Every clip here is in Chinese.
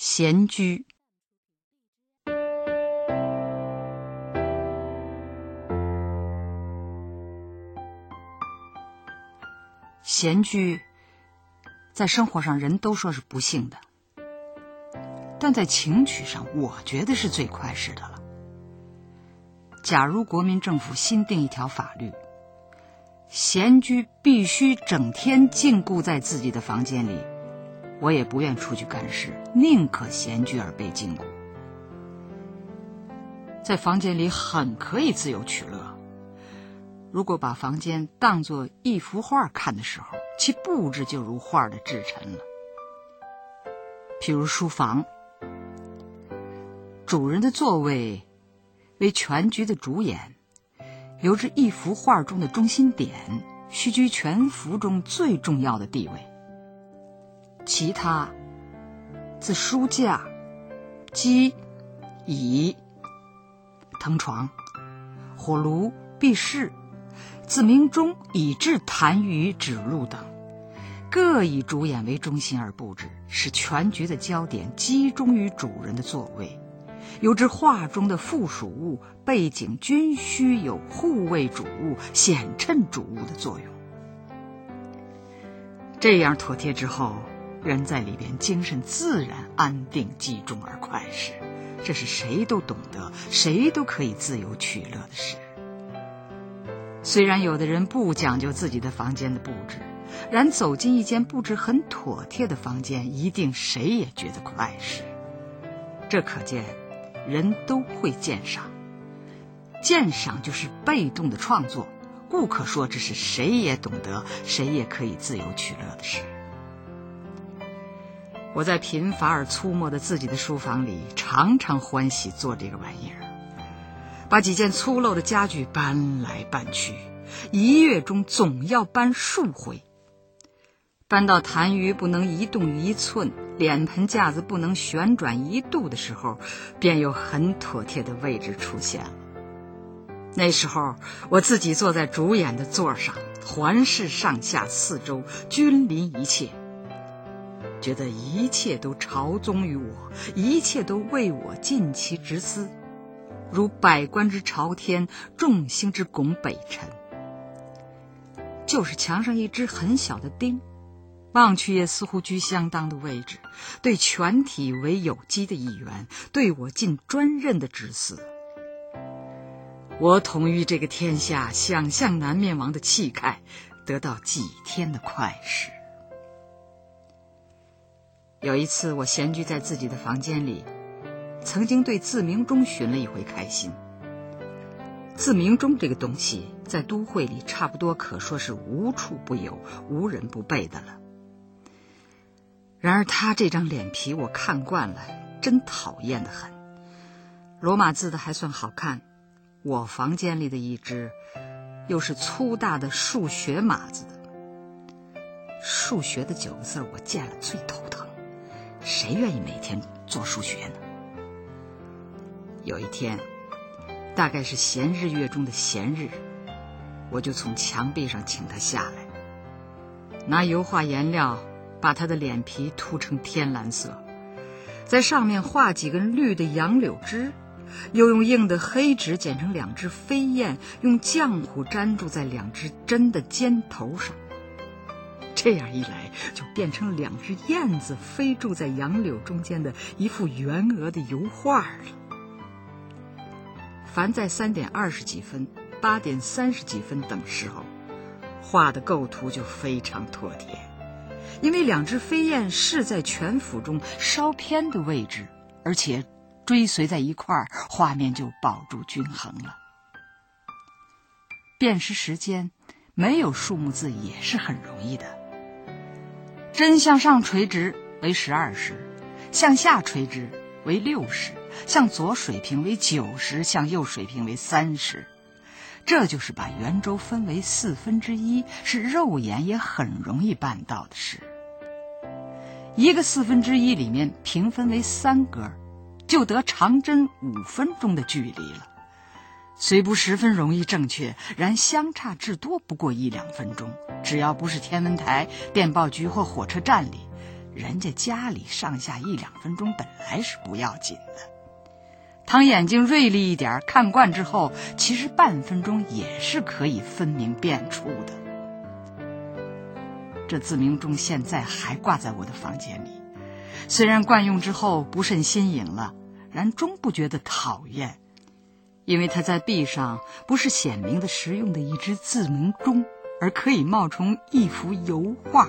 闲居。闲居在生活上人都说是不幸的，但在情趣上我觉得是最快适的了。假如国民政府新定一条法律，闲居必须整天禁锢在自己的房间里，我也不愿出去干事，宁可闲居而被禁锢。在房间里很可以自由取乐，如果把房间当作一幅画看的时候，其布置就如画的制成了。譬如书房，主人的座位为全局的主演，留着一幅画中的中心点，须居全幅中最重要的地位。其他自书架、机、椅、藤床、火炉、壁饰、自鸣钟以至痰盂、指路等，各以主演为中心而布置，使全局的焦点集中于主人的座位。有之画中的附属物、背景均须有护卫主物、显衬主物的作用。这样妥帖之后，人在里边精神自然安定集中而快适，这是谁都懂得，谁都可以自由取乐的事。虽然有的人不讲究自己的房间的布置，然走进一间布置很妥帖的房间，一定谁也觉得快适。这可见人都会鉴赏，鉴赏就是被动的创作，故可说这是谁也懂得，谁也可以自由取乐的事。我在贫乏而粗末的自己的书房里，常常欢喜做这个玩意儿，把几件粗陋的家具搬来搬去，一月中总要搬数回。搬到痰盂不能移动1寸，脸盆架子不能旋转1度的时候，便有很妥帖的位置出现了。那时候我自己坐在主演的座上，环视上下四周，君临一切，觉得一切都朝宗于我，一切都为我尽其职司，如百官之朝天，众星之拱北辰。就是墙上一只很小的钉，望去也似乎居相当的位置，对全体为有机的一员，对我尽专任的职司。我统御这个天下想象难灭亡的气概，得到几天的快适。有一次我闲居在自己的房间里，曾经对自鸣钟寻了一回开心。自鸣钟这个东西在都会里差不多可说是无处不有，无人不备的了。然而他这张脸皮我看惯了，真讨厌得很。罗马字的还算好看，我房间里的一只又是粗大的数学码字的。数学的9个字我见了最头疼，谁愿意每天做数学呢？有一天，大概是闲日月中的闲日，我就从墙壁上请他下来，拿油画颜料把他的脸皮涂成天蓝色，在上面画几根绿的杨柳枝，又用硬的黑纸剪成2只飞燕，用浆糊粘住在2只针的尖头上。这样一来，就变成2只燕子飞住在杨柳中间的一幅圆额的油画了。凡在3点20几分、8点30几分等时候，画的构图就非常妥帖，因为2只飞燕是在全幅中稍偏的位置，而且追随在一块儿，画面就保住均衡了。辨识时间，没有数目字也是很容易的。针向上垂直为12时，向下垂直为6时，向左水平为9时，向右水平为3时。这就是把圆周分为1/4，是肉眼也很容易办到的事。一个1/4里面平分为3格，就得长针5分钟的距离了。虽不十分容易正确，然相差至多不过1-2分钟。只要不是天文台、电报局或火车站里， 人家家里上下1-2分钟本来是不要紧的。当眼睛锐利一点，看惯之后，其实半分钟也是可以分明辨出的。这自鸣钟现在还挂在我的房间里，虽然惯用之后不甚新颖了，然终不觉得讨厌，因为它在壁上不是显明的实用的一只自鸣钟，而可以冒充一幅油画。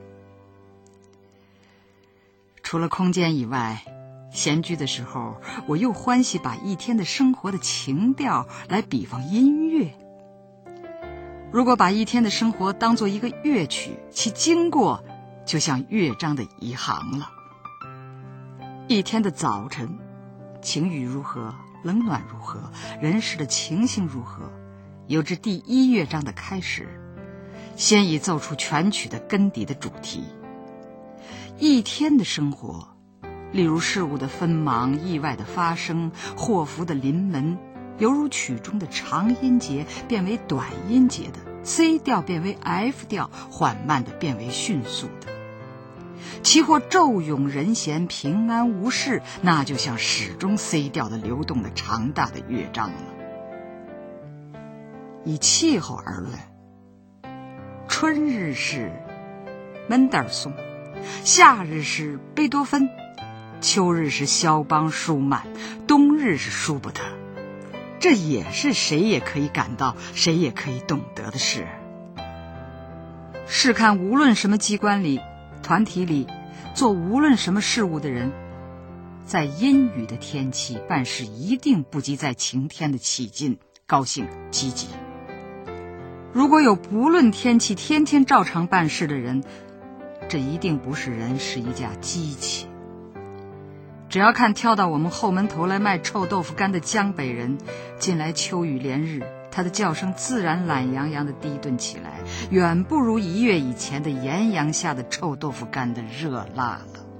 除了空间以外，闲居的时候，我又欢喜把一天的生活的情调来比方音乐。如果把一天的生活当作一个乐曲，其经过就像乐章的一行了。一天的早晨，晴雨如何，冷暖如何，人世的情形如何，有着第1乐章的开始，先已奏出全曲的根底的主题。一天的生活，例如事物的纷忙、意外的发生、祸福的临门，犹如曲中的长音节变为短音节的， C 调变为 F 调，缓慢的变为迅速的。其或骤涌人闲，平安无事，那就像始终 C 调的流动的长大的乐章了。以气候而论，春日是门德尔松，夏日是贝多芬，秋日是肖邦、舒曼，冬日是舒伯特。这也是谁也可以感到，谁也可以懂得的事。试看无论什么机关里、团体里，做无论什么事物的人，在阴雨的天气办事一定不及在晴天的起劲、高兴、积极。如果有不论天气天天照常办事的人，这一定不是人，是一架机器。只要看挑到我们后门头来卖臭豆腐干的江北人，近来秋雨连日，他的叫声自然懒洋洋的低顿起来，远不如1月以前的炎阳下的臭豆腐干的热辣了。